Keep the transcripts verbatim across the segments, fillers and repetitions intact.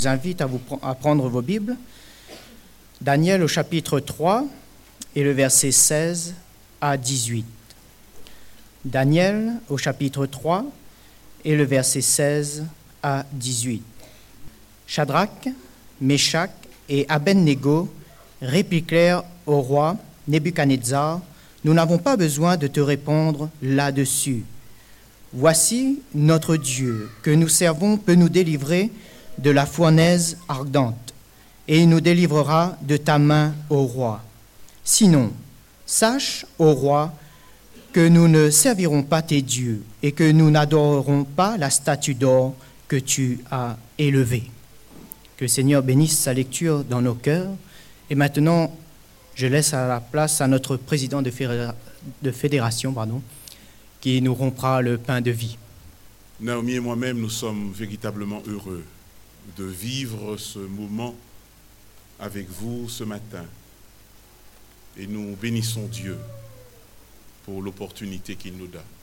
Je vous invite à, vous, à prendre vos Bibles. Daniel au chapitre trois et le verset seize à dix-huit. Daniel au chapitre trois et le verset seize à dix-huit. Shadrach, Meshach et Abednego répliquèrent au roi Nebuchadnezzar: « Nous n'avons pas besoin de te répondre là-dessus. Voici notre Dieu que nous servons peut nous délivrer de la fournaise ardente, et il nous délivrera de ta main, ô roi. Sinon, sache, ô roi, que nous ne servirons pas tes dieux et que nous n'adorerons pas la statue d'or que tu as élevée. » Que le Seigneur bénisse sa lecture dans nos cœurs. Et maintenant, je laisse à la place à notre président de, fédéra- de fédération pardon, qui nous rompra le pain de vie. Naomi et moi-même, nous sommes véritablement heureux de vivre ce moment avec vous ce matin. Et nous bénissons Dieu pour l'opportunité qu'il nous donne.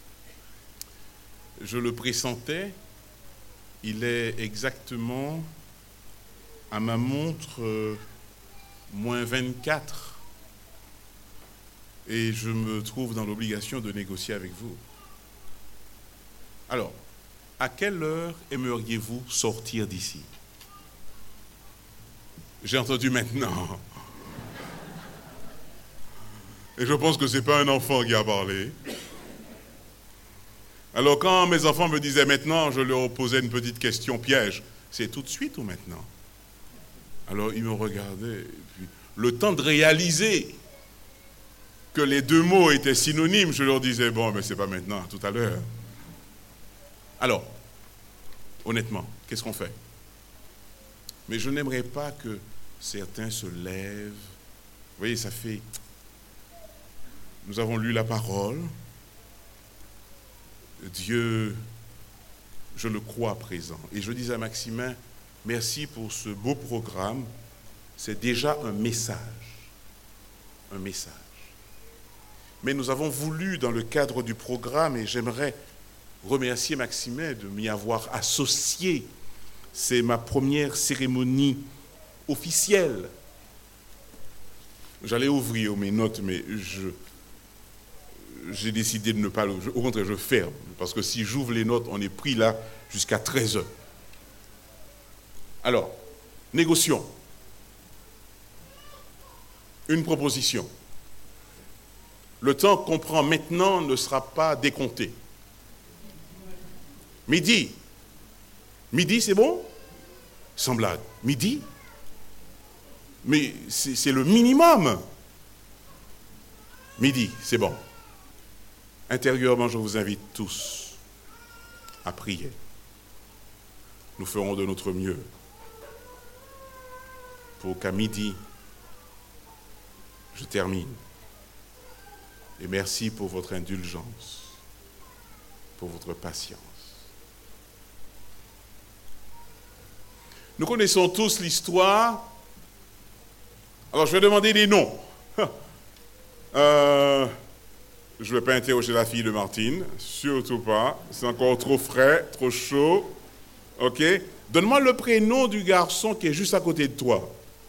Je le pressentais, il est exactement à ma montre euh, moins vingt-quatre et je me trouve dans l'obligation de négocier avec vous. Alors, à quelle heure aimeriez-vous sortir d'ici? J'ai entendu maintenant. Et je pense que ce n'est pas un enfant qui a parlé. Alors quand mes enfants me disaient maintenant, je leur posais une petite question piège. C'est tout de suite ou maintenant? Alors ils me regardaient. Et puis, le temps de réaliser que les deux mots étaient synonymes, je leur disais, bon, mais c'est pas maintenant, tout à l'heure. Alors, honnêtement, qu'est-ce qu'on fait? Mais je n'aimerais pas que certains se lèvent. Vous voyez, ça fait... Nous avons lu la parole. Dieu, je le crois présent. Et je dis à Maximin, merci pour ce beau programme. C'est déjà un message. Un message. Mais nous avons voulu, dans le cadre du programme, et j'aimerais remercier Maximin de m'y avoir associé. C'est ma première cérémonie officielle. J'allais ouvrir mes notes, mais je, j'ai décidé de ne pas... Au contraire, je ferme. Parce que si j'ouvre les notes, on est pris là jusqu'à treize heures. Alors, négocions. Une proposition. Le temps qu'on prend maintenant ne sera pas décompté. Midi. Midi, c'est bon? Sans blague. Midi? Mais c'est, c'est le minimum. Midi, c'est bon. Intérieurement, je vous invite tous à prier. Nous ferons de notre mieux pour qu'à midi, je termine. Et merci pour votre indulgence, pour votre patience. Nous connaissons tous l'histoire. Alors, je vais demander des noms. Euh, je ne vais pas interroger la fille de Martine, surtout pas. C'est encore trop frais, trop chaud. OK? Donne-moi le prénom du garçon qui est juste à côté de toi.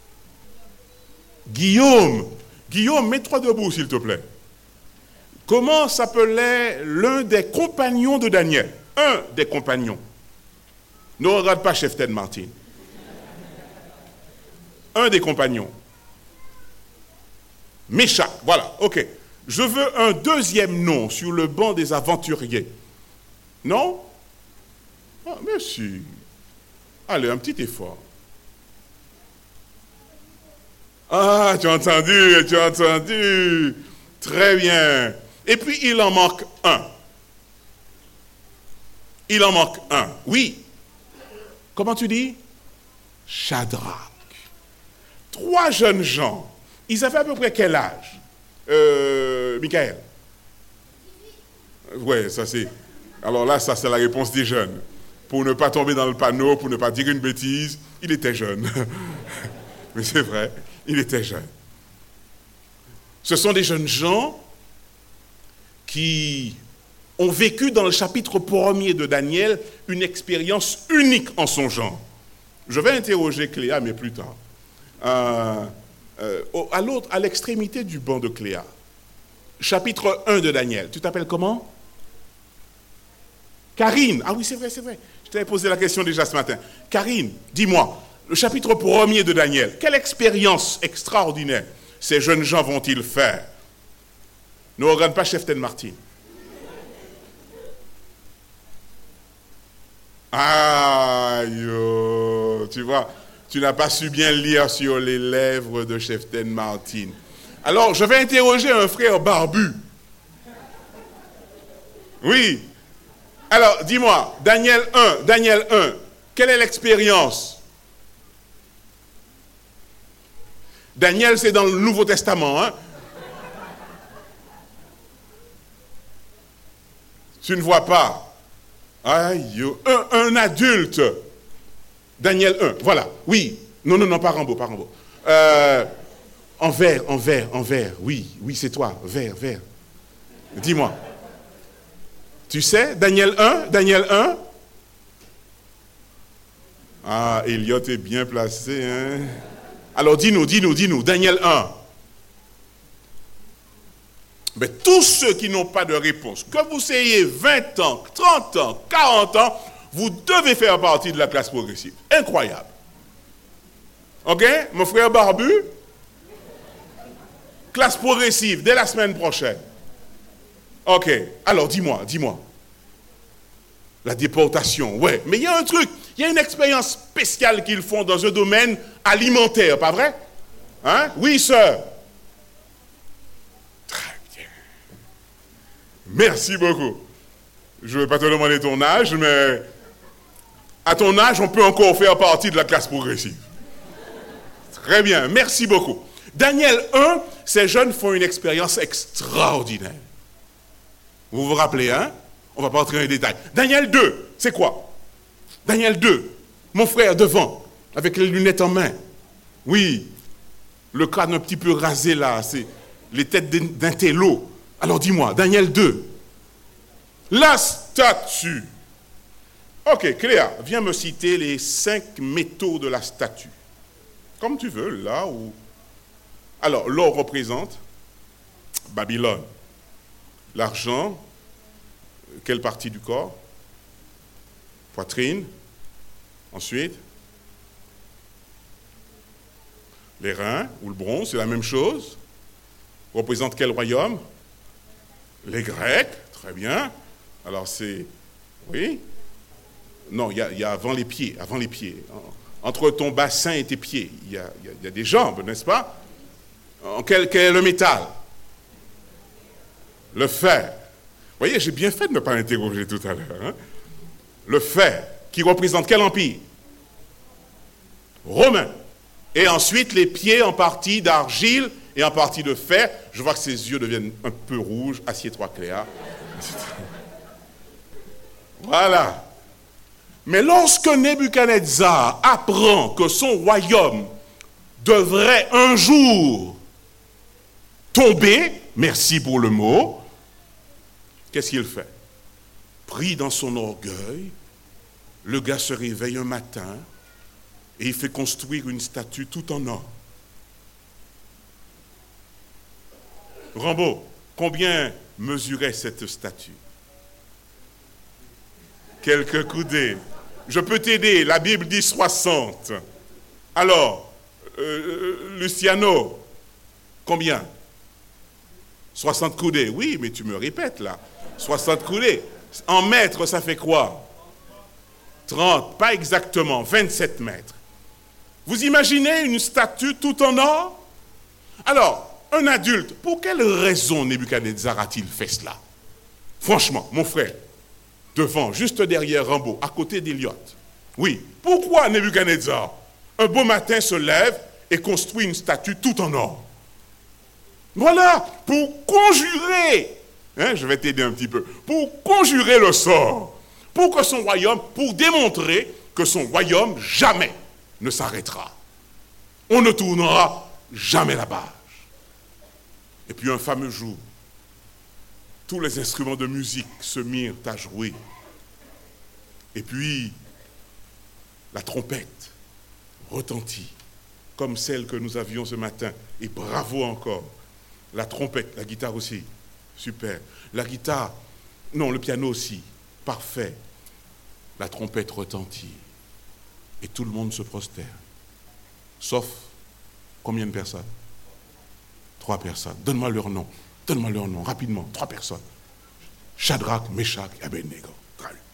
Guillaume. Guillaume, mets-toi debout, s'il te plaît. Comment s'appelait l'un des compagnons de Daniel? Un des compagnons. Ne regarde pas Chef Ted Martine. Un des compagnons. Meshach, voilà, ok. Je veux un deuxième nom sur le banc des aventuriers. Non? Ah, merci. Allez, un petit effort. Ah, tu as entendu, tu as entendu. Très bien. Et puis, il en manque un. Il en manque un, oui. Comment tu dis? Shadrach. Trois jeunes gens. Ils avaient à peu près quel âge? Euh, Michael? Ouais, ça c'est... Alors là, ça c'est la réponse des jeunes. Pour ne pas tomber dans le panneau, pour ne pas dire une bêtise, il était jeune. Mais c'est vrai, il était jeune. Ce sont des jeunes gens qui ont vécu dans le chapitre premier de Daniel une expérience unique en son genre. Je vais interroger Cléa, mais plus tard. Euh, euh, à l'autre, à l'extrémité du banc de Cléa, chapitre un de Daniel. Tu t'appelles comment? Karine. Ah oui, c'est vrai, c'est vrai. Je t'avais posé la question déjà ce matin. Karine, dis-moi, le chapitre premier de Daniel, quelle expérience extraordinaire ces jeunes gens vont-ils faire? Ne regarde pas Cheftain Martin. Ah, yo, tu vois, tu n'as pas su bien lire sur les lèvres de Cheftain Martin. Alors, je vais interroger un frère barbu. Oui. Alors, dis-moi, Daniel un, Daniel un, quelle est l'expérience? Daniel, c'est dans le Nouveau Testament, hein? Tu ne vois pas. Aïe, un, un adulte. Daniel un, voilà. Oui. Non, non, non, pas Rambo, pas Rambo. Euh, en vert, en vert, en vert. Oui, oui, c'est toi. Vert, vert. Dis-moi. Tu sais, Daniel un, Daniel un. Ah, Elliot est bien placé, hein? Alors, dis-nous, dis-nous, dis-nous. Daniel un. Mais tous ceux qui n'ont pas de réponse, que vous ayez vingt ans, trente ans, quarante ans, vous devez faire partie de la classe progressive. Incroyable. Ok, mon frère barbu? Classe progressive, dès la semaine prochaine. Ok, alors dis-moi, dis-moi. La déportation, ouais. Mais il y a un truc, il y a une expérience spéciale qu'ils font dans un domaine alimentaire, pas vrai? Hein? Oui, sœur. Merci beaucoup. Je ne vais pas te demander ton âge, mais à ton âge, on peut encore faire partie de la classe progressive. Très bien, merci beaucoup. Daniel un, ces jeunes font une expérience extraordinaire. Vous vous rappelez, hein? On ne va pas entrer dans les détails. Daniel deux, c'est quoi? Daniel deux, mon frère devant, avec les lunettes en main. Oui, le crâne un petit peu rasé là, c'est les têtes d'un télo. Alors dis-moi, Daniel deux, la statue. Ok, Cléa, viens me citer les cinq métaux de la statue. Comme tu veux, là où... Alors, l'or représente Babylone. L'argent, quelle partie du corps? Poitrine. Ensuite, les reins ou le bronze, c'est la même chose. Représente quel royaume? Les Grecs, très bien. Alors c'est, oui. Non, il y, y a avant les pieds, avant les pieds. Entre ton bassin et tes pieds, il y, y, y a des jambes, n'est-ce pas? Quel, quel est le métal? Le fer. Vous voyez, j'ai bien fait de ne pas l'interroger tout à l'heure. Hein? Le fer, qui représente quel empire? Romain. Et ensuite, les pieds en partie d'argile et en partie de fer. Je vois que ses yeux deviennent un peu rouges. Assieds-toi, Cléa. Voilà. Mais lorsque Nebuchadnezzar apprend que son royaume devrait un jour tomber, merci pour le mot, qu'est-ce qu'il fait? Pris dans son orgueil, le gars se réveille un matin et il fait construire une statue tout en or. Rambo, combien mesurait cette statue? Quelques coudées. Je peux t'aider, la Bible dit soixante. Alors, euh, Luciano, combien? soixante coudées. Oui, mais tu me répètes là. soixante coudées. En mètres, ça fait quoi? trente, pas exactement, vingt-sept mètres. Vous imaginez une statue tout en or? Alors, un adulte, pour quelle raison Nebuchadnezzar a-t-il fait cela? Franchement, mon frère, devant, juste derrière Rambo, à côté d'Eliot. Oui, pourquoi Nebuchadnezzar, un beau matin, se lève et construit une statue tout en or? Voilà, pour conjurer, hein, je vais t'aider un petit peu, pour conjurer le sort, pour que son royaume, pour démontrer que son royaume jamais ne s'arrêtera. On ne tournera jamais la page. Et puis un fameux jour, tous les instruments de musique se mirent à jouer. Et puis, la trompette retentit, comme celle que nous avions ce matin. Et bravo encore. La trompette, la guitare aussi, super. La guitare, non, le piano aussi, parfait. La trompette retentit. Et tout le monde se prosterne. Sauf combien de personnes? Trois personnes. Donne-moi leur nom. Donne-moi leur nom, rapidement. Trois personnes. Shadrach, Meshach et Abednego. Très bien.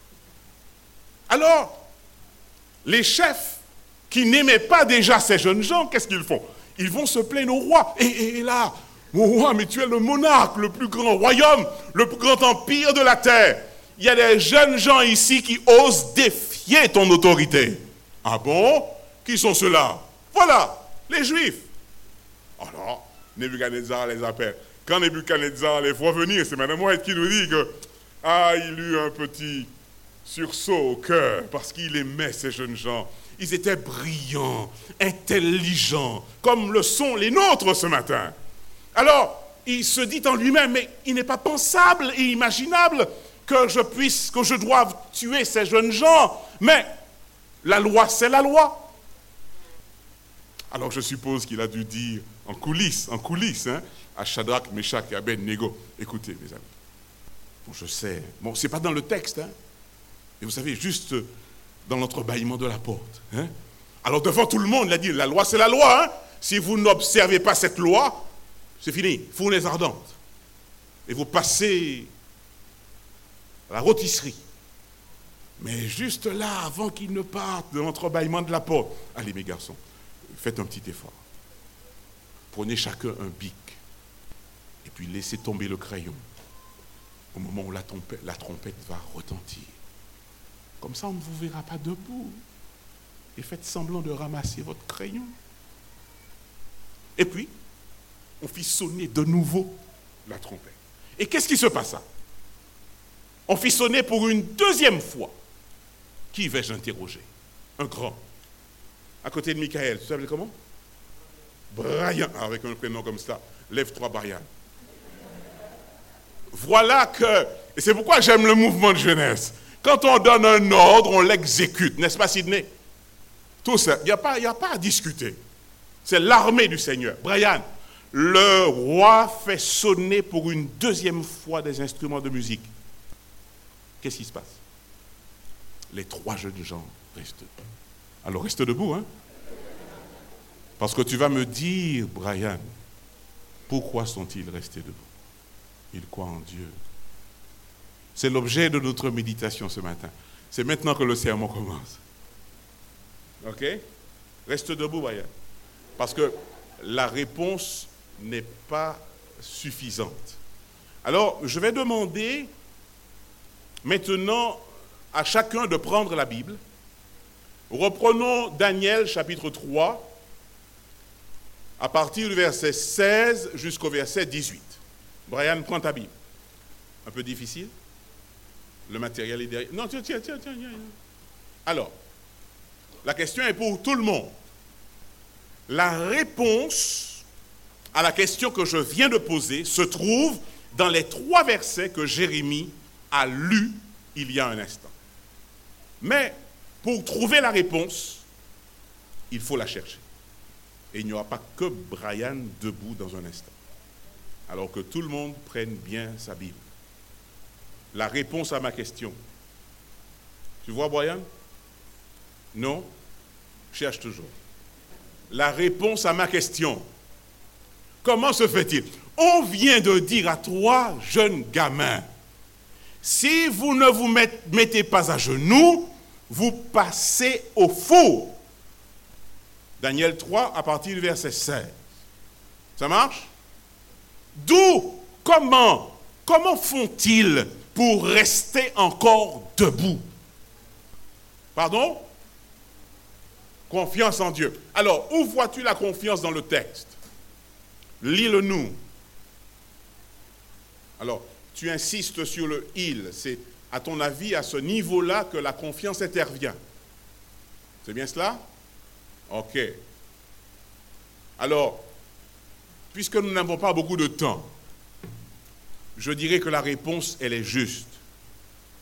Alors, les chefs qui n'aimaient pas déjà ces jeunes gens, qu'est-ce qu'ils font? Ils vont se plaindre au roi. Et, et, et là, mon roi, mais tu es le monarque, le plus grand royaume, le plus grand empire de la terre. Il y a des jeunes gens ici qui osent défier ton autorité. Ah bon? Qui sont ceux-là? Voilà, les Juifs. Alors, Nebuchadnezzar les appelle. Quand Nebuchadnezzar les voit venir, c'est Madame White qui nous dit que ah, il eut un petit sursaut au cœur parce qu'il aimait ces jeunes gens. Ils étaient brillants, intelligents, comme le sont les nôtres ce matin. Alors, il se dit en lui-même, mais il n'est pas pensable et imaginable que je puisse, que je doive tuer ces jeunes gens. Mais la loi, c'est la loi. Alors je suppose qu'il a dû dire en coulisses, en coulisses, hein, à Shadrach, Meshach et Abednego, écoutez mes amis, bon je sais, bon c'est pas dans le texte, hein, mais vous savez, juste dans l'entrebâillement de la porte. Hein. Alors devant tout le monde, il a dit, la loi c'est la loi, hein. Si vous n'observez pas cette loi, c'est fini, fournaise ardente. Et vous passez à la rôtisserie. Mais juste là, avant qu'il ne parte de l'entrebâillement de la porte, allez mes garçons, faites un petit effort. Prenez chacun un bic et puis laissez tomber le crayon au moment où la trompette, la trompette va retentir. Comme ça, on ne vous verra pas debout. Et faites semblant de ramasser votre crayon. Et puis, on fit sonner de nouveau la trompette. Et qu'est-ce qui se passa? On fit sonner pour une deuxième fois. Qui vais-je interroger? Un grand. À côté de Michael, tu savais comment? Brian, avec un prénom comme ça. Lève-toi, Brian. Voilà que, et c'est pourquoi j'aime le mouvement de jeunesse. Quand on donne un ordre, on l'exécute, n'est-ce pas, Sidney? Tout ça, il n'y a pas, il n'y a pas à discuter. C'est l'armée du Seigneur. Brian, le roi fait sonner pour une deuxième fois des instruments de musique. Qu'est-ce qui se passe? Les trois jeunes gens restent debout. Alors reste debout, hein? Parce que tu vas me dire, Brian, pourquoi sont-ils restés debout? Ils croient en Dieu. C'est l'objet de notre méditation ce matin. C'est maintenant que le sermon commence. Ok? Reste debout, Brian. Parce que la réponse n'est pas suffisante. Alors, je vais demander maintenant à chacun de prendre la Bible. Reprenons Daniel chapitre trois, à partir du verset seize jusqu'au verset dix-huit. Brian, prends ta Bible. Un peu difficile? Le matériel est derrière. Non, tiens, tiens, tiens, tiens. Alors, la question est pour tout le monde. La réponse à la question que je viens de poser se trouve dans les trois versets que Jérémie a lus il y a un instant. Mais pour trouver la réponse, il faut la chercher. Et il n'y aura pas que Brian debout dans un instant. Alors que tout le monde prenne bien sa Bible. La réponse à ma question. Tu vois, Brian? Non? Cherche toujours. La réponse à ma question. Comment se fait-il? On vient de dire à trois jeunes gamins, si vous ne vous mettez pas à genoux, vous passez au four. Daniel trois, à partir du verset seize. Ça marche? D'où, comment, comment font-ils pour rester encore debout? Pardon? Confiance en Dieu. Alors, où vois-tu la confiance dans le texte? Lis-le-nous. Alors, tu insistes sur le « il ». C'est, à ton avis, à ce niveau-là que la confiance intervient. C'est bien cela? Ok. Alors, puisque nous n'avons pas beaucoup de temps, je dirais que la réponse, elle est juste.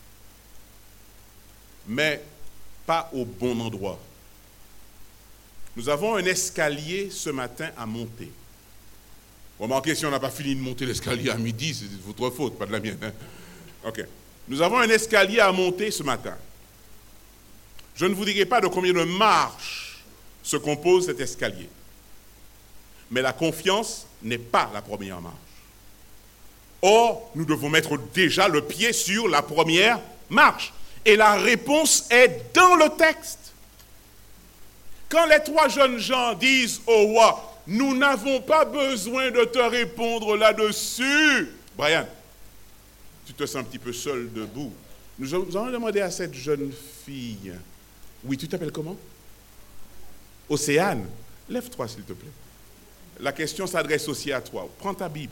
Mais pas au bon endroit. Nous avons un escalier ce matin à monter. Remarquez, si on n'a pas fini de monter l'escalier à midi, c'est votre faute, pas de la mienne. Hein? Ok. Nous avons un escalier à monter ce matin. Je ne vous dirai pas de combien de marches se compose cet escalier. Mais la confiance n'est pas la première marche. Or, nous devons mettre déjà le pied sur la première marche. Et la réponse est dans le texte. Quand les trois jeunes gens disent au roi, nous n'avons pas besoin de te répondre là-dessus. Brian, tu te sens un petit peu seul debout. Nous allons demander à cette jeune fille, oui, tu t'appelles comment? Océane. Lève-toi, s'il te plaît. La question s'adresse aussi à toi. Prends ta Bible.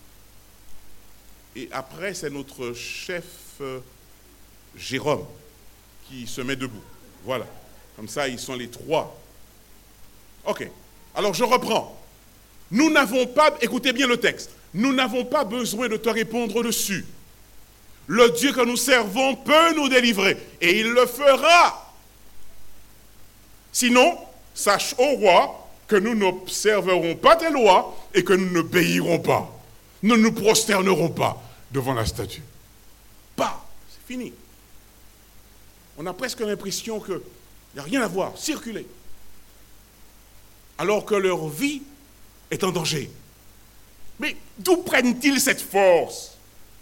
Et après, c'est notre chef euh, Jérôme qui se met debout. Voilà. Comme ça, ils sont les trois. Ok. Alors, je reprends. Nous n'avons pas, écoutez bien le texte, nous n'avons pas besoin de te répondre dessus. Le Dieu que nous servons peut nous délivrer. Et il le fera. Sinon, sache au roi que nous n'observerons pas tes lois et que nous n'obéirons pas. Nous ne nous prosternerons pas devant la statue. Pas. C'est fini. On a presque l'impression qu'il n'y a rien à voir. Circuler. Alors que leur vie est en danger. Mais d'où prennent-ils cette force?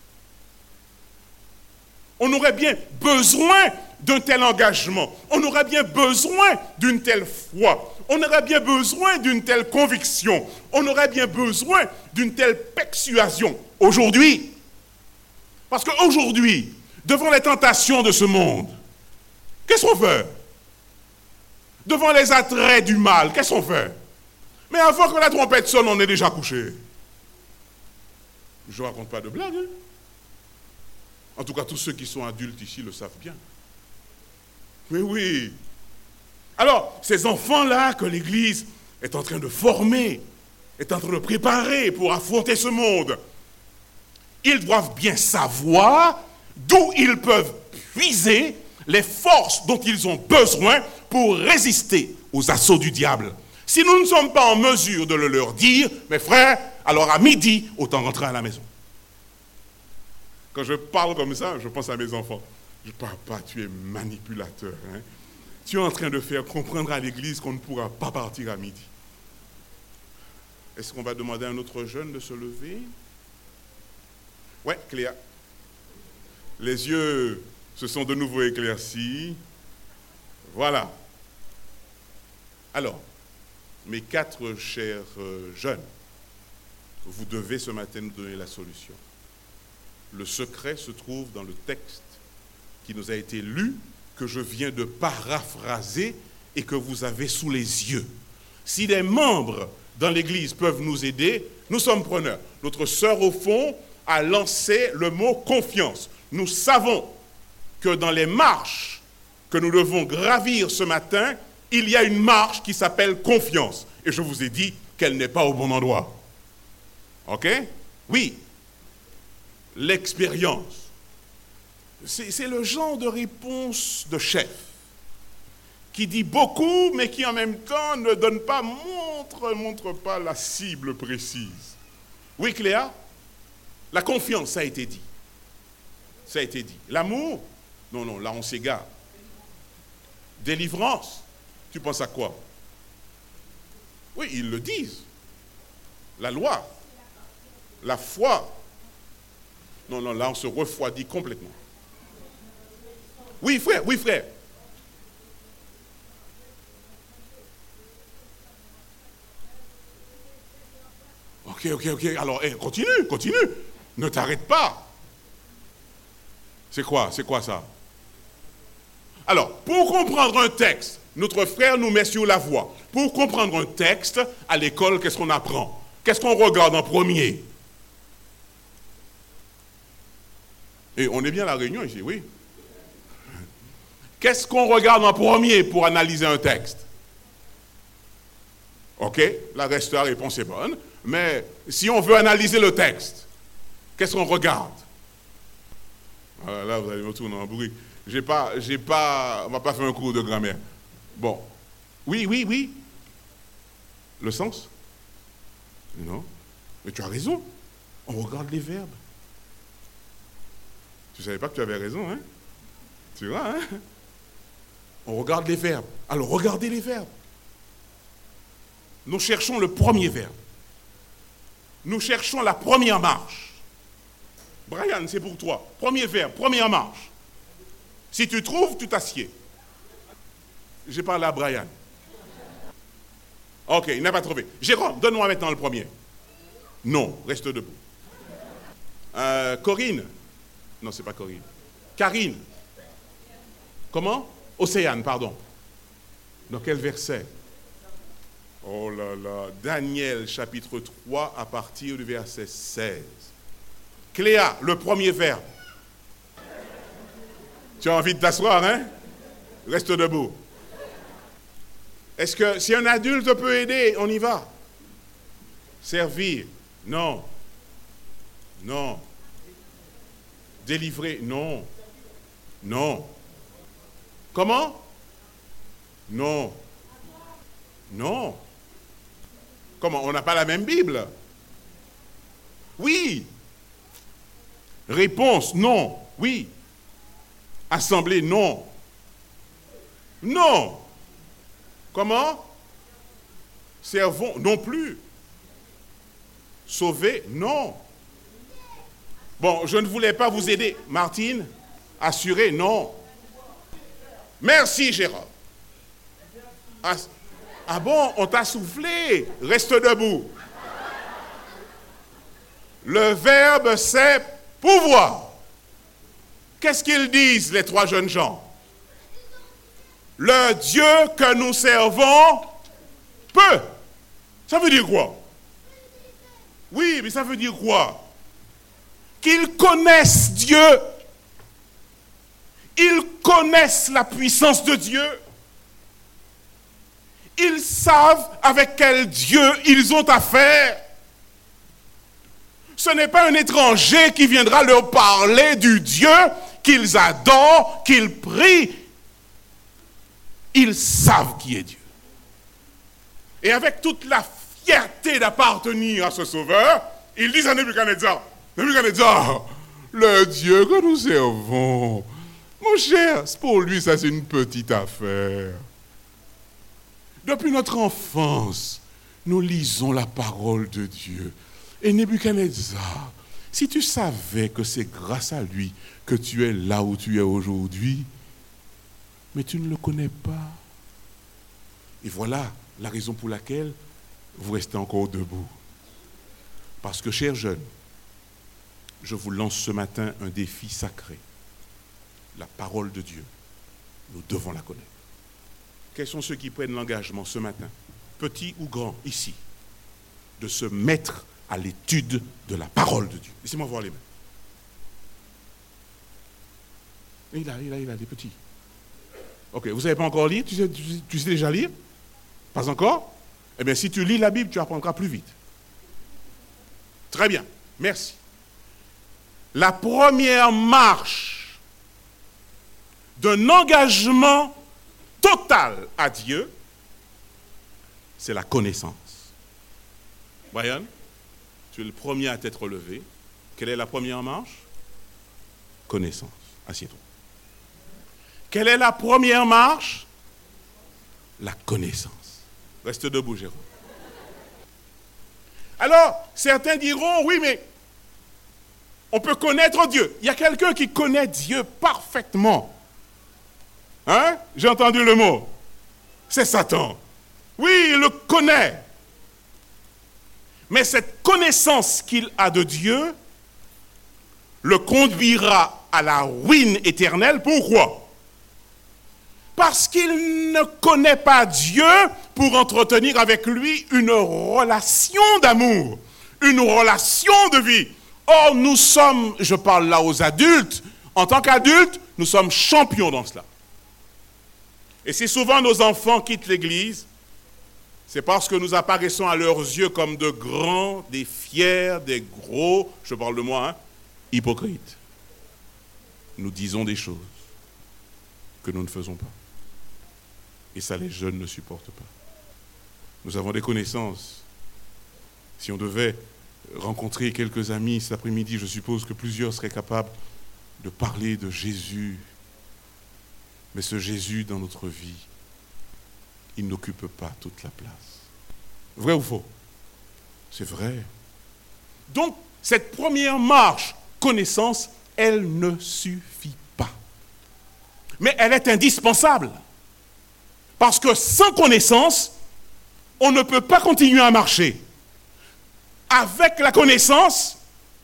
On aurait bien besoin d'un tel engagement. On aurait bien besoin d'une telle foi. On aurait bien besoin d'une telle conviction. On aurait bien besoin d'une telle persuasion. Aujourd'hui, parce qu'aujourd'hui, devant les tentations de ce monde, qu'est-ce qu'on fait? Devant les attraits du mal, qu'est-ce qu'on fait? Mais avant que la trompette sonne, on est déjà couché. Je ne raconte pas de blague. Hein? En tout cas, tous ceux qui sont adultes ici le savent bien. Mais oui. Alors, ces enfants-là que l'Église est en train de former, est en train de préparer pour affronter ce monde, ils doivent bien savoir d'où ils peuvent puiser les forces dont ils ont besoin pour résister aux assauts du diable. Si nous ne sommes pas en mesure de le leur dire, mes frères, alors à midi, autant rentrer à la maison. Quand je parle comme ça, je pense à mes enfants. Je dis, papa, tu es manipulateur. Hein? Tu es en train de faire comprendre à l'Église qu'on ne pourra pas partir à midi. Est-ce qu'on va demander à un autre jeune de se lever? Oui, Cléa. Les yeux se sont de nouveau éclaircis. Voilà. Alors, mes quatre chers jeunes, vous devez ce matin nous donner la solution. Le secret se trouve dans le texte qui nous a été lu, que je viens de paraphraser et que vous avez sous les yeux. Si des membres dans l'Église peuvent nous aider, nous sommes preneurs. Notre sœur au fond a lancé le mot confiance. Nous savons que dans les marches que nous devons gravir ce matin, il y a une marche qui s'appelle confiance. Et je vous ai dit qu'elle n'est pas au bon endroit. OK? Oui. L'expérience. C'est, c'est le genre de réponse de chef qui dit beaucoup, mais qui en même temps ne donne pas, montre, montre pas la cible précise. Oui, Cléa? La confiance, ça a été dit. Ça a été dit. L'amour? Non, non, là on s'égare. Délivrance? Tu penses à quoi? Oui, ils le disent. La loi. La foi. Non, non, là on se refroidit complètement. Oui, frère, oui, frère. Ok, ok, ok. Alors, hey, continue, continue. Ne t'arrête pas. C'est quoi, c'est quoi ça? Alors, pour comprendre un texte, notre frère nous met sur la voie. Pour comprendre un texte, à l'école, qu'est-ce qu'on apprend? Qu'est-ce qu'on regarde en premier? Et on est bien à la réunion ici, oui. Qu'est-ce qu'on regarde en premier pour analyser un texte? Ok, la reste la réponse est bonne. Mais si on veut analyser le texte, qu'est-ce qu'on regarde? Ah, là, vous allez me tourner en bruit. J'ai pas, j'ai pas, on va pas faire un cours de grammaire. Bon, oui, oui, oui. Le sens? Non. Mais tu as raison. On regarde les verbes. Tu ne savais pas que tu avais raison, hein? Tu vois, hein? On regarde les verbes. Alors, regardez les verbes. Nous cherchons le premier verbe. Nous cherchons la première marche. Brian, c'est pour toi. Premier verbe, première marche. Si tu trouves, tu t'assieds. J'ai parlé à Brian. Ok, il n'a pas trouvé. Jérôme, donne-moi maintenant le premier. Non, reste debout. Euh, Corinne. Non, c'est pas Corinne. Karine. Comment? Océane, pardon. Dans quel verset? Oh là là. Daniel, chapitre trois, à partir du verset seize. Cléa, le premier verbe. Tu as envie de t'asseoir, hein? Reste debout. Est-ce que si un adulte peut aider, on y va? Servir? Non. Non. Délivrer? Non. Non. Comment? Non. Non. Comment? On n'a pas la même Bible? Oui. Réponse? Non. Oui. Assemblée? Non. Non. Comment? Servons? Non plus. Sauver? Non. Bon, je ne voulais pas vous aider. Martine? Assurer? Non. Merci, Jérôme. As- ah bon, on t'a soufflé. Reste debout. Le verbe, c'est pouvoir. Qu'est-ce qu'ils disent, les trois jeunes gens? Le Dieu que nous servons peut. Ça veut dire quoi? Oui, mais ça veut dire quoi? Qu'ils connaissent Dieu. Ils connaissent la puissance de Dieu. Ils savent avec quel Dieu ils ont affaire. Ce n'est pas un étranger qui viendra leur parler du Dieu qu'ils adorent, qu'ils prient. Ils savent qui est Dieu. Et avec toute la fierté d'appartenir à ce Sauveur, ils disent à Nebuchadnezzar, Nebuchadnezzar, le Dieu que nous servons, mon cher, pour lui, ça c'est une petite affaire. Depuis notre enfance, nous lisons la parole de Dieu. Et Nebuchadnezzar, si tu savais que c'est grâce à lui que tu es là où tu es aujourd'hui, mais tu ne le connais pas. Et voilà la raison pour laquelle vous restez encore debout. Parce que, chers jeunes, je vous lance ce matin un défi sacré. La parole de Dieu, nous devons la connaître. Quels sont ceux qui prennent l'engagement ce matin, petits ou grands, ici, de se mettre à l'étude de la parole de Dieu? Laissez-moi voir les mains. Il a, il a, il a des petits. Ok, vous ne savez pas encore lire? Tu sais, tu, sais, tu sais déjà lire? Pas encore? Eh bien, si tu lis la Bible, tu apprendras plus vite. Très bien, merci. La première marche d'un engagement total à Dieu, c'est la connaissance. Brian, tu es le premier à t'être levé. Quelle est la première marche? Connaissance. Assieds-toi. Quelle est la première marche? La connaissance. Reste debout, Jérôme. Alors, certains diront, oui, mais on peut connaître Dieu. Il y a quelqu'un qui connaît Dieu parfaitement. Hein? J'ai entendu le mot. C'est Satan. Oui, il le connaît. Mais cette connaissance qu'il a de Dieu le conduira à la ruine éternelle. Pourquoi? Parce qu'il ne connaît pas Dieu pour entretenir avec lui une relation d'amour, une relation de vie. Or, nous sommes, je parle là aux adultes, en tant qu'adultes, nous sommes champions dans cela. Et si souvent nos enfants quittent l'église, c'est parce que nous apparaissons à leurs yeux comme de grands, des fiers, des gros, je parle de moi, hein, hypocrites. Nous disons des choses que nous ne faisons pas. Et ça, les jeunes ne supportent pas. Nous avons des connaissances. Si on devait rencontrer quelques amis cet après-midi, je suppose que plusieurs seraient capables de parler de Jésus. Mais ce Jésus dans notre vie, il n'occupe pas toute la place. Vrai ou faux? C'est vrai. Donc, cette première marche, connaissance, elle ne suffit pas. Mais elle est indispensable. Parce que sans connaissance, on ne peut pas continuer à marcher. Avec la connaissance,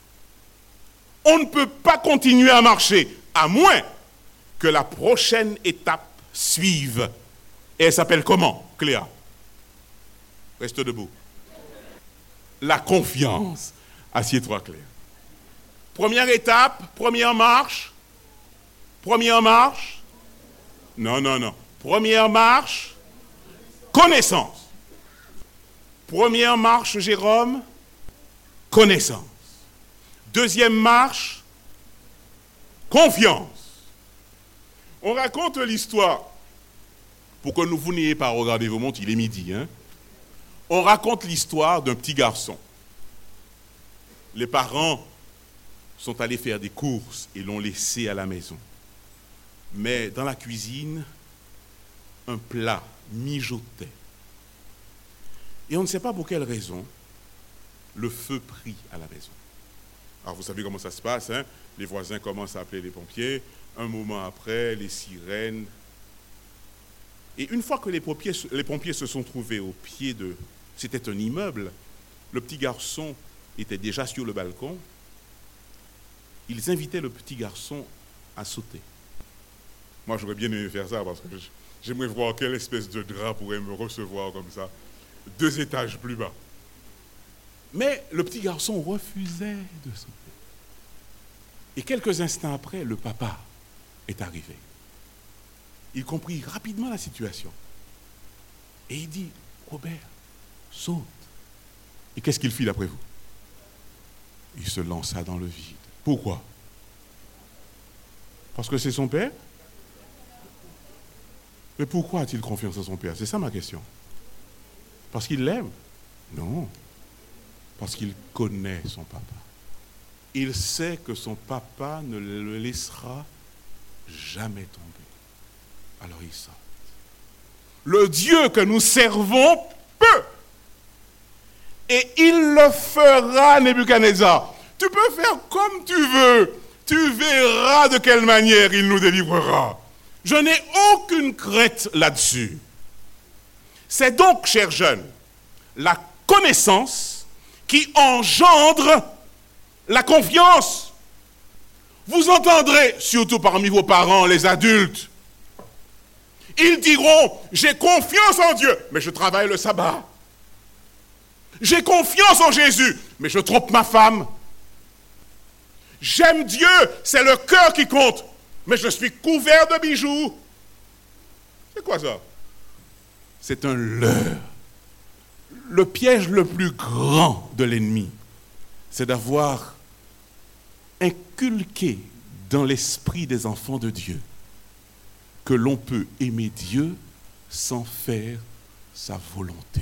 on ne peut pas continuer à marcher, à moins que la prochaine étape suive. Et elle s'appelle comment, Cléa? Reste debout. La confiance. Assieds-toi, Cléa. Première étape, première marche. Première marche. Non, non, non. Première marche, connaissance. Première marche, Jérôme, connaissance. Deuxième marche, confiance. On raconte l'histoire, pour que nous vous n'ayez pas regardé vos montres, il est midi. Hein? On raconte l'histoire d'un petit garçon. Les parents sont allés faire des courses et l'ont laissé à la maison. Mais dans la cuisine, un plat mijotait. Et on ne sait pas pour quelle raison, le feu prit à la maison. Alors vous savez comment ça se passe, hein? Les voisins commencent à appeler les pompiers. Un moment après, les sirènes. Et une fois que les pompiers, les pompiers se sont trouvés au pied de... C'était un immeuble. Le petit garçon était déjà sur le balcon. Ils invitaient le petit garçon à sauter. Moi, j'aurais bien aimé faire ça parce que j'aimerais voir quelle espèce de drap pourrait me recevoir comme ça, deux étages plus bas. Mais le petit garçon refusait de sauter. Et quelques instants après, le papa est arrivé. Il comprit rapidement la situation. Et il dit, Robert, saute. Et qu'est-ce qu'il fit d'après vous? Il se lança dans le vide. Pourquoi? Parce que c'est son père? Mais pourquoi a-t-il confiance en son père? C'est ça ma question. Parce qu'il l'aime? Non. Parce qu'il connaît son papa. Il sait que son papa ne le laissera jamais tomber. Alors il saute. Le Dieu que nous servons peut. Et il le fera, Nebuchadnezzar. Tu peux faire comme tu veux. Tu verras de quelle manière il nous délivrera. Je n'ai aucune crainte là-dessus. C'est donc, chers jeunes, la connaissance qui engendre la confiance. Vous entendrez, surtout parmi vos parents, les adultes, ils diront, j'ai confiance en Dieu, mais je travaille le sabbat. J'ai confiance en Jésus, mais je trompe ma femme. J'aime Dieu, c'est le cœur qui compte, mais je suis couvert de bijoux. C'est quoi ça? C'est un leurre. Le piège le plus grand de l'ennemi, c'est d'avoir inculqué dans l'esprit des enfants de Dieu que l'on peut aimer Dieu sans faire sa volonté.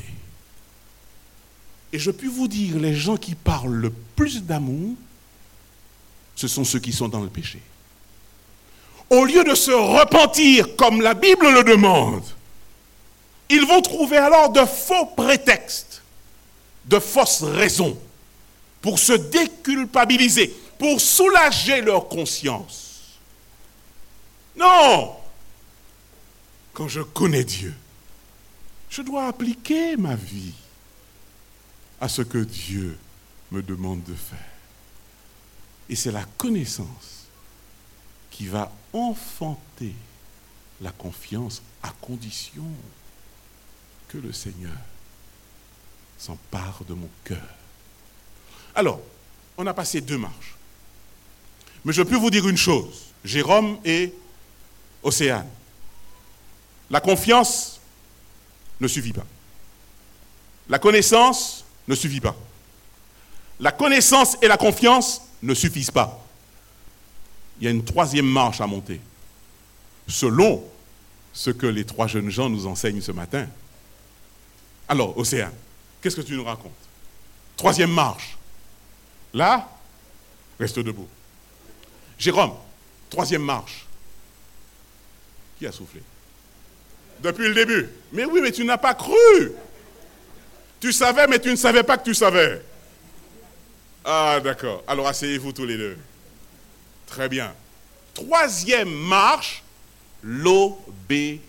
Et je puis vous dire, les gens qui parlent le plus d'amour, ce sont ceux qui sont dans le péché. Au lieu de se repentir comme la Bible le demande, ils vont trouver alors de faux prétextes, de fausses raisons pour se déculpabiliser, pour soulager leur conscience. Non! Quand je connais Dieu, je dois appliquer ma vie à ce que Dieu me demande de faire. Et c'est la connaissance qui va enfanter la confiance à condition que le Seigneur s'empare de mon cœur. Alors, on a passé deux marches. Mais je peux vous dire une chose, Jérôme et Océane. La confiance ne suffit pas. La connaissance ne suffit pas. La connaissance et la confiance ne suffisent pas. Il y a une troisième marche à monter, selon ce que les trois jeunes gens nous enseignent ce matin. Alors, Océane, qu'est-ce que tu nous racontes? Troisième marche. Là, reste debout. Jérôme, troisième marche. Qui a soufflé? Depuis le début. Mais oui, mais tu n'as pas cru. Tu savais, mais tu ne savais pas que tu savais. Ah, d'accord. Alors, asseyez-vous tous les deux. Très bien. Troisième marche, l'obéissance.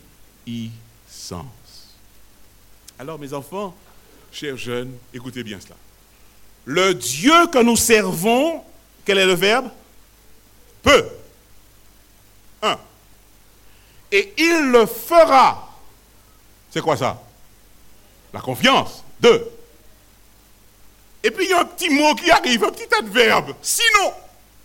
Alors, mes enfants, chers jeunes, écoutez bien cela. Le Dieu que nous servons, quel est le verbe? Peut. Un. Et il le fera. C'est quoi ça? La confiance. Deux. Et puis il y a un petit mot qui arrive, un petit adverbe. Sinon,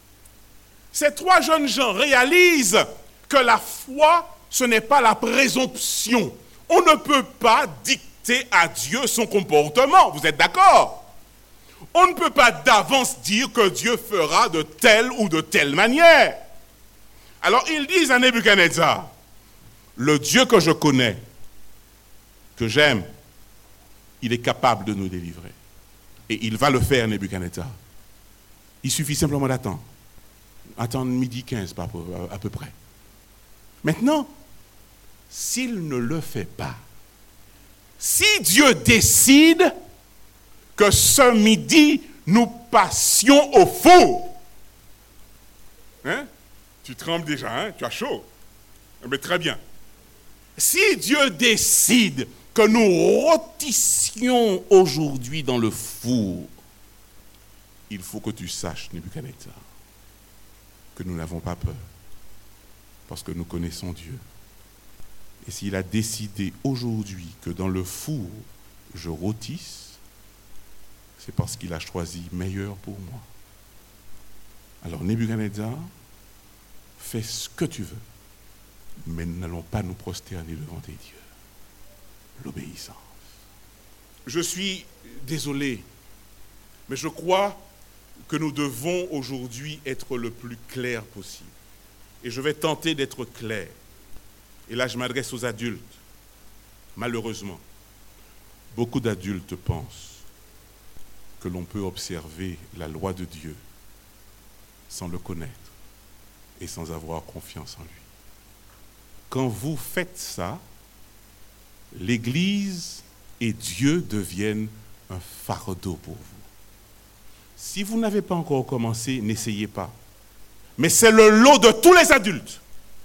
ces trois jeunes gens réalisent que la foi, ce n'est pas la présomption. On ne peut pas dicter à Dieu son comportement. Vous êtes d'accord? On ne peut pas d'avance dire que Dieu fera de telle ou de telle manière. Alors ils disent à Nebuchadnezzar, le Dieu que je connais, que j'aime, il est capable de nous délivrer. Et il va le faire, Nebuchadnezzar. Il suffit simplement d'attendre. Attendre midi quinze à peu près. Maintenant, s'il ne le fait pas, si Dieu décide que ce midi, nous passions au four, hein? Tu trembles déjà, hein? Tu as chaud. Mais très bien. Si Dieu décide que nous rôtissions aujourd'hui dans le four, il faut que tu saches, Nebuchadnezzar, que nous n'avons pas peur, parce que nous connaissons Dieu. Et s'il a décidé aujourd'hui que dans le four, je rôtisse, c'est parce qu'il a choisi meilleur pour moi. Alors Nebuchadnezzar, fais ce que tu veux, mais nous n'allons pas nous prosterner devant tes dieux. L'obéissance. Je suis désolé, mais je crois que nous devons aujourd'hui être le plus clair possible. Et je vais tenter d'être clair. Et là, je m'adresse aux adultes. Malheureusement, beaucoup d'adultes pensent que l'on peut observer la loi de Dieu sans le connaître et sans avoir confiance en lui. Quand vous faites ça, l'Église et Dieu deviennent un fardeau pour vous. Si vous n'avez pas encore commencé, n'essayez pas. Mais c'est le lot de tous les adultes.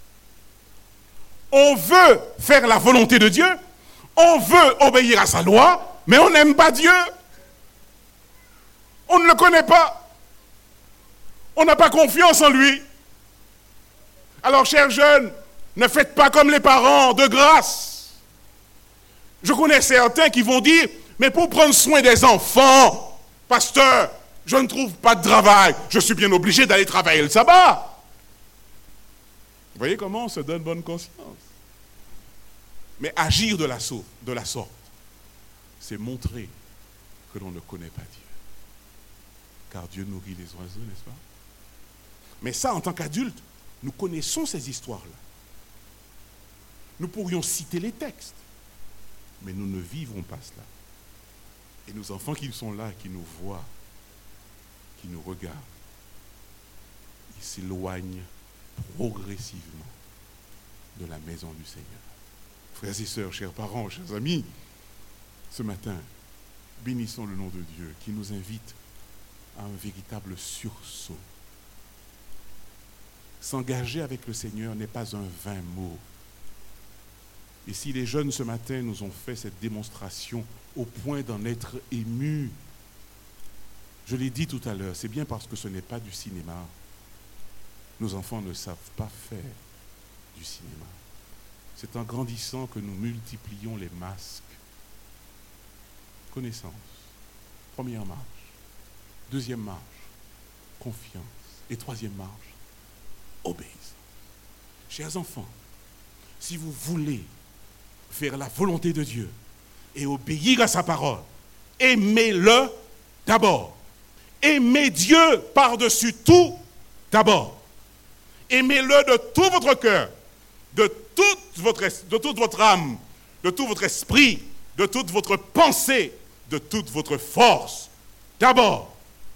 On veut faire la volonté de Dieu, on veut obéir à sa loi, mais on n'aime pas Dieu. On ne le connaît pas. On n'a pas confiance en lui. Alors, chers jeunes, ne faites pas comme les parents, de grâce. Je connais certains qui vont dire, mais pour prendre soin des enfants, pasteur, je ne trouve pas de travail, je suis bien obligé d'aller travailler le sabbat. Vous voyez comment on se donne bonne conscience. Mais agir de la, so- de la sorte, c'est montrer que l'on ne connaît pas Dieu. Car Dieu nourrit les oiseaux, n'est-ce pas? Mais ça, en tant qu'adultes, nous connaissons ces histoires-là. Nous pourrions citer les textes, mais nous ne vivrons pas cela. Et nos enfants qui sont là, qui nous voient, qui nous regardent, ils s'éloignent progressivement de la maison du Seigneur. Frères et sœurs, chers parents, chers amis, ce matin, bénissons le nom de Dieu qui nous invite à un véritable sursaut. S'engager avec le Seigneur n'est pas un vain mot. Et si les jeunes ce matin nous ont fait cette démonstration au point d'en être émus, je l'ai dit tout à l'heure, c'est bien parce que ce n'est pas du cinéma. Nos enfants ne savent pas faire du cinéma. C'est en grandissant que nous multiplions les masques. Connaissance, première marche. Deuxième marche, confiance. Et troisième marche, obéissance. Chers enfants, si vous voulez faire la volonté de Dieu et obéir à sa parole, aimez-le d'abord. Aimez Dieu par-dessus tout d'abord. Aimez-le de tout votre cœur, de toute votre, de toute votre âme, de tout votre esprit de toute votre pensée, de toute votre force. D'abord.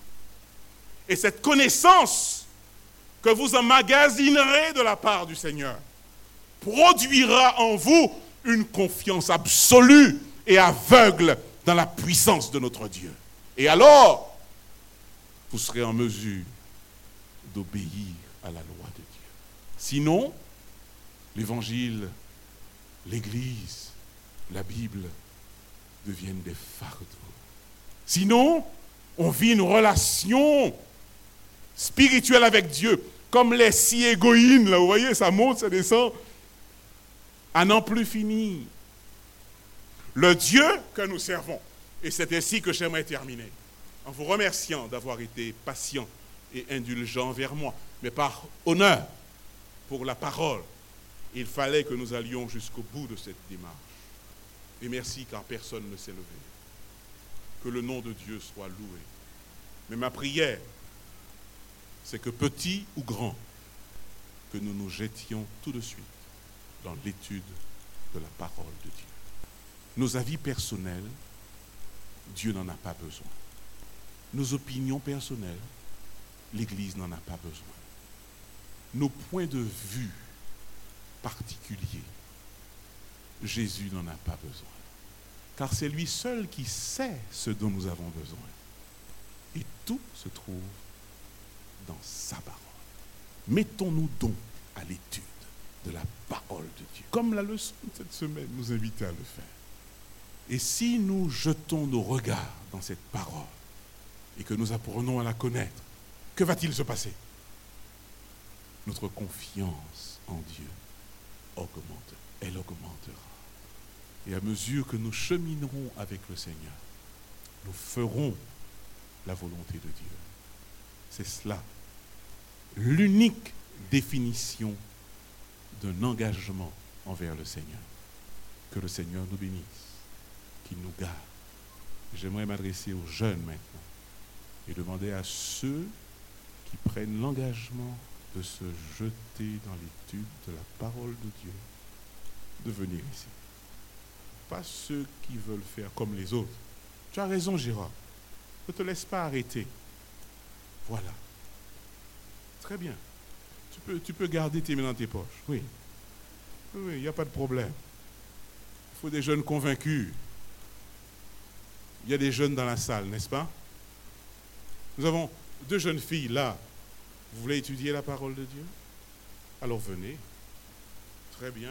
Et cette connaissance que vous emmagasinerez de la part du Seigneur produira en vous une confiance absolue et aveugle dans la puissance de notre Dieu. Et alors, vous serez en mesure d'obéir à la loi de Dieu. Sinon, l'Évangile, l'Église, la Bible deviennent des fardeaux. Sinon, on vit une relation spirituelle avec Dieu, comme les siégoïnes, là, vous voyez, ça monte, ça descend, à n'en plus finir. Le Dieu que nous servons, et c'est ainsi que j'aimerais terminer, en vous remerciant d'avoir été patient et indulgent vers moi, mais par honneur pour la parole, il fallait que nous allions jusqu'au bout de cette démarche. Et merci car personne ne s'est levé. Que le nom de Dieu soit loué. Mais ma prière, c'est que petit ou grand, que nous nous jetions tout de suite dans l'étude de la parole de Dieu. Nos avis personnels, Dieu n'en a pas besoin. Nos opinions personnelles, l'Église n'en a pas besoin. Nos points de vue particuliers, Jésus n'en a pas besoin. Car c'est lui seul qui sait ce dont nous avons besoin. Et tout se trouve dans sa parole. Mettons-nous donc à l'étude de la parole de Dieu, comme la leçon de cette semaine nous invitait à le faire. Et si nous jetons nos regards dans cette parole et que nous apprenons à la connaître, que va-t-il se passer? Notre confiance en Dieu augmente, elle augmentera. Et à mesure que nous cheminerons avec le Seigneur, nous ferons la volonté de Dieu. C'est cela, l'unique définition d'un engagement envers le Seigneur. Que le Seigneur nous bénisse, qu'il nous garde. J'aimerais m'adresser aux jeunes maintenant et demander à ceux qui prennent l'engagement de se jeter dans l'étude de la parole de Dieu, de venir ici. Pas ceux qui veulent faire comme les autres. Tu as raison, Gérard. Ne te laisse pas arrêter. Voilà. Très bien. Tu peux, tu peux garder tes mains dans tes poches. Oui. Oui, il n'y a pas de problème. Il faut des jeunes convaincus. Il y a des jeunes dans la salle, n'est-ce pas? Nous avons deux jeunes filles là. Vous voulez étudier la parole de Dieu? Alors venez. Très bien.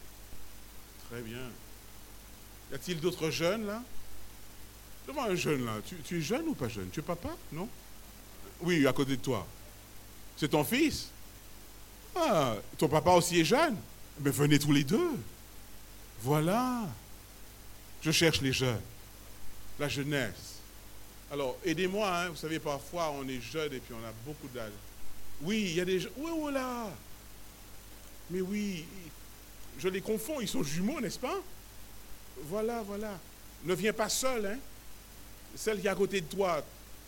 Très bien. Y a-t-il d'autres jeunes là? Devant un jeune là. Tu, tu es jeune ou pas jeune? Tu es papa? Non? Oui, à côté de toi. C'est ton fils? Ah, ton papa aussi est jeune? Mais venez tous les deux. Voilà. Je cherche les jeunes. La jeunesse. Alors, aidez-moi, hein. Vous savez, parfois, on est jeune et puis on a beaucoup d'âge. Oui, il y a des jeunes. Oui, voilà. Mais oui, je les confonds, ils sont jumeaux, n'est-ce pas? Voilà, voilà. Ne viens pas seul, hein. Celle qui est à côté de toi.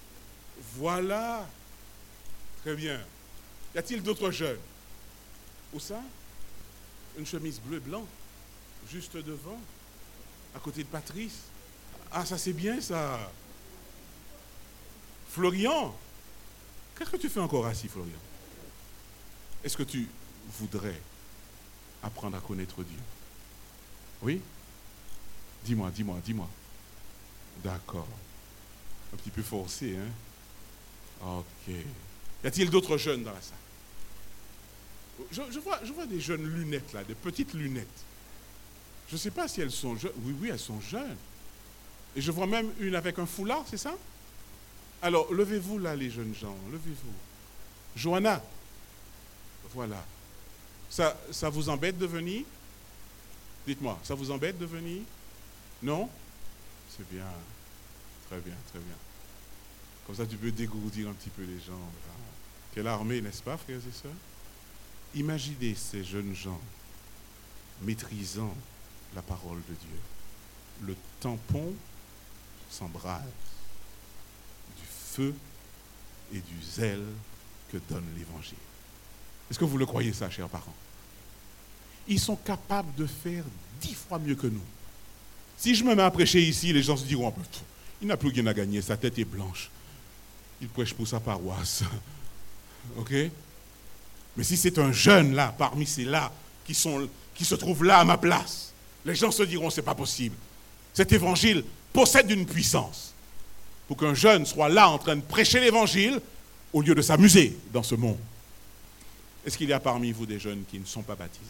Voilà. Très bien. Y a-t-il d'autres jeunes? Où ça? Une chemise bleu-blanc, juste devant, à côté de Patrice. Ah, ça c'est bien ça. Florian, qu'est-ce que tu fais encore assis, Florian? Est-ce que tu voudrais apprendre à connaître Dieu? Oui? Dis-moi, dis-moi, dis-moi. D'accord. Un petit peu forcé, hein? Ok. Y a-t-il d'autres jeunes dans la salle? Je, je, vois, je vois des jeunes lunettes là, des petites lunettes. Je ne sais pas si elles sont jeunes. Oui, oui, elles sont jeunes. Et je vois même une avec un foulard, c'est ça? Alors, levez-vous là, les jeunes gens, levez-vous. Johanna, voilà. Ça, ça vous embête de venir? Dites-moi, ça vous embête de venir? Non? C'est bien. Très bien, très bien. Comme ça, tu peux dégourdir un petit peu les gens. Quelle armée, n'est-ce pas, frères et sœurs? Imaginez ces jeunes gens maîtrisant la parole de Dieu. Le tampon s'embrase du feu et du zèle que donne l'Évangile. Est-ce que vous le croyez ça, chers parents? Ils sont capables de faire dix fois mieux que nous. Si je me mets à prêcher ici, les gens se diront, il n'a plus rien à gagner, sa tête est blanche. Il prêche pour sa paroisse. Ok? Mais si c'est un jeune là, parmi ces là, qui, sont, qui se trouvent là à ma place, les gens se diront, c'est pas possible. Cet évangile possède une puissance pour qu'un jeune soit là en train de prêcher l'évangile au lieu de s'amuser dans ce monde. Est-ce qu'il y a parmi vous des jeunes qui ne sont pas baptisés?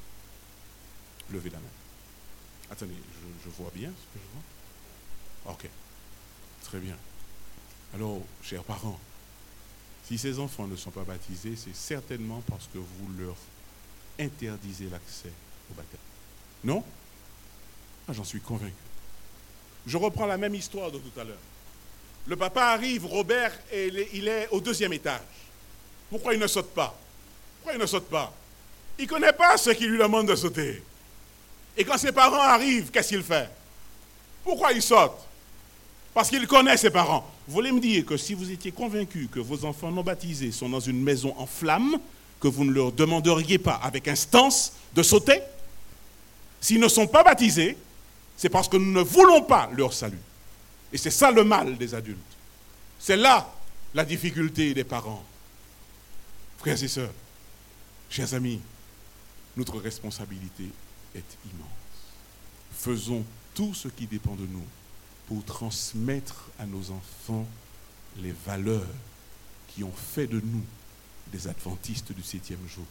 Levez la main. Attendez, je, je vois bien ce que je vois. Ok, très bien. Alors, chers parents, si ces enfants ne sont pas baptisés, c'est certainement parce que vous leur interdisez l'accès au baptême. Non? Ah, j'en suis convaincu. Je reprends la même histoire de tout à l'heure. Le papa arrive, Robert, et il est au deuxième étage. Pourquoi il ne saute pas? Pourquoi il ne saute pas? Il ne connaît pas ceux qui lui demandent de sauter. Et quand ses parents arrivent, qu'est-ce qu'il fait? Pourquoi il saute? Parce qu'il connaît ses parents. Vous voulez me dire que si vous étiez convaincu que vos enfants non baptisés sont dans une maison en flammes, que vous ne leur demanderiez pas avec instance de sauter? S'ils ne sont pas baptisés, c'est parce que nous ne voulons pas leur salut. Et c'est ça le mal des adultes. C'est là la difficulté des parents. Frères et sœurs, chers amis, notre responsabilité est immense. Faisons tout ce qui dépend de nous pour transmettre à nos enfants les valeurs qui ont fait de nous des adventistes du septième jour.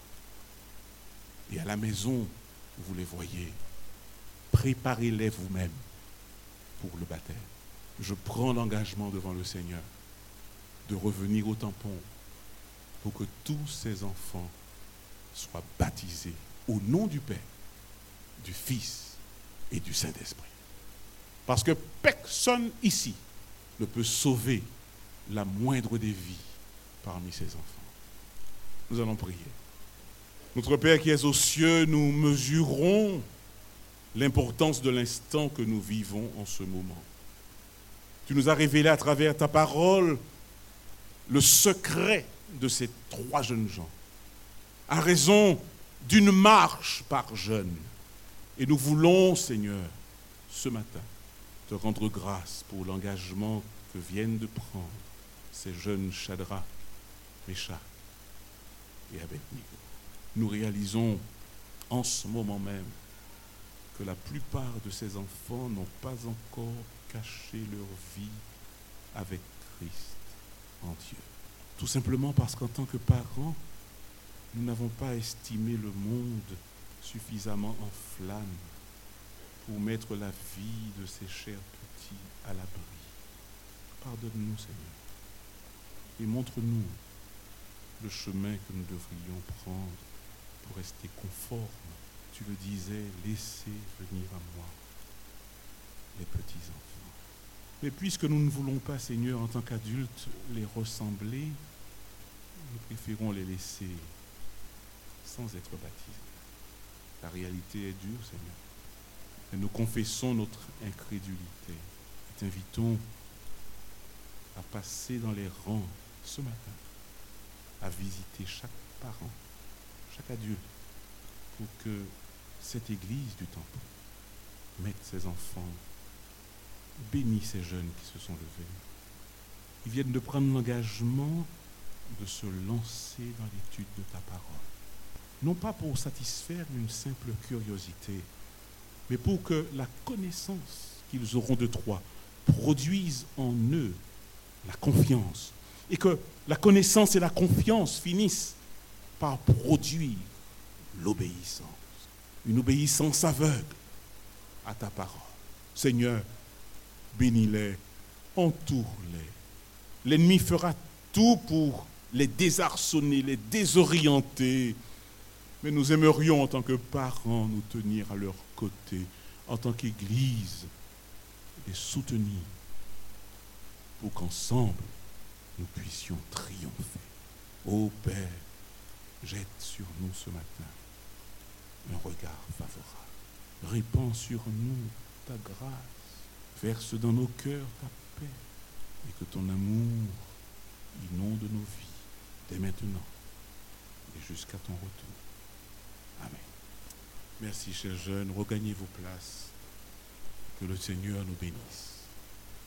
Et à la maison, vous les voyez, préparez-les vous-même pour le baptême. Je prends l'engagement devant le Seigneur de revenir au tampon pour que tous ces enfants soient baptisés au nom du Père, du Fils et du Saint-Esprit. Parce que personne ici ne peut sauver la moindre des vies parmi ces enfants. Nous allons prier. Notre Père qui es aux cieux, nous mesurons l'importance de l'instant que nous vivons en ce moment. Tu nous as révélé à travers ta parole le secret de ces trois jeunes gens, à raison d'une marche par jeune. Et nous voulons, Seigneur, ce matin, te rendre grâce pour l'engagement que viennent de prendre ces jeunes Shadrach, Meshach et Abednego. Nous réalisons en ce moment même que la plupart de ces enfants n'ont pas encore caché leur vie avec Christ en Dieu. Tout simplement parce qu'en tant que parents, nous n'avons pas estimé le monde suffisamment en flammes pour mettre la vie de ces chers petits à l'abri. Pardonne-nous, Seigneur, et montre-nous le chemin que nous devrions prendre pour rester conformes. Tu le disais, laissez venir à moi les petits enfants. Mais puisque nous ne voulons pas, Seigneur, en tant qu'adultes, les ressembler, nous préférons les laisser sans être baptisés. La réalité est dure, Seigneur. Et nous confessons notre incrédulité. Et t'invitons à passer dans les rangs ce matin, à visiter chaque parent, chaque adulte, pour que cette église du temple mette ses enfants, bénisse ces jeunes qui se sont levés. Ils viennent de prendre l'engagement de se lancer dans l'étude de ta parole. Non pas pour satisfaire une simple curiosité, mais pour que la connaissance qu'ils auront de toi produise en eux la confiance. Et que la connaissance et la confiance finissent par produire l'obéissance. Une obéissance aveugle à ta parole. Seigneur, bénis-les, entoure-les. L'ennemi fera tout pour les désarçonner, les désorienter. Mais nous aimerions, en tant que parents, nous tenir à leur côté, en tant qu'Église, les soutenir, pour qu'ensemble, nous puissions triompher. Ô Père, jette sur nous ce matin un regard favorable. Répands sur nous ta grâce. Verse dans nos cœurs ta paix. Et que ton amour inonde nos vies, dès maintenant et jusqu'à ton retour. Amen. Merci, chers jeunes. Regagnez vos places. Que le Seigneur nous bénisse.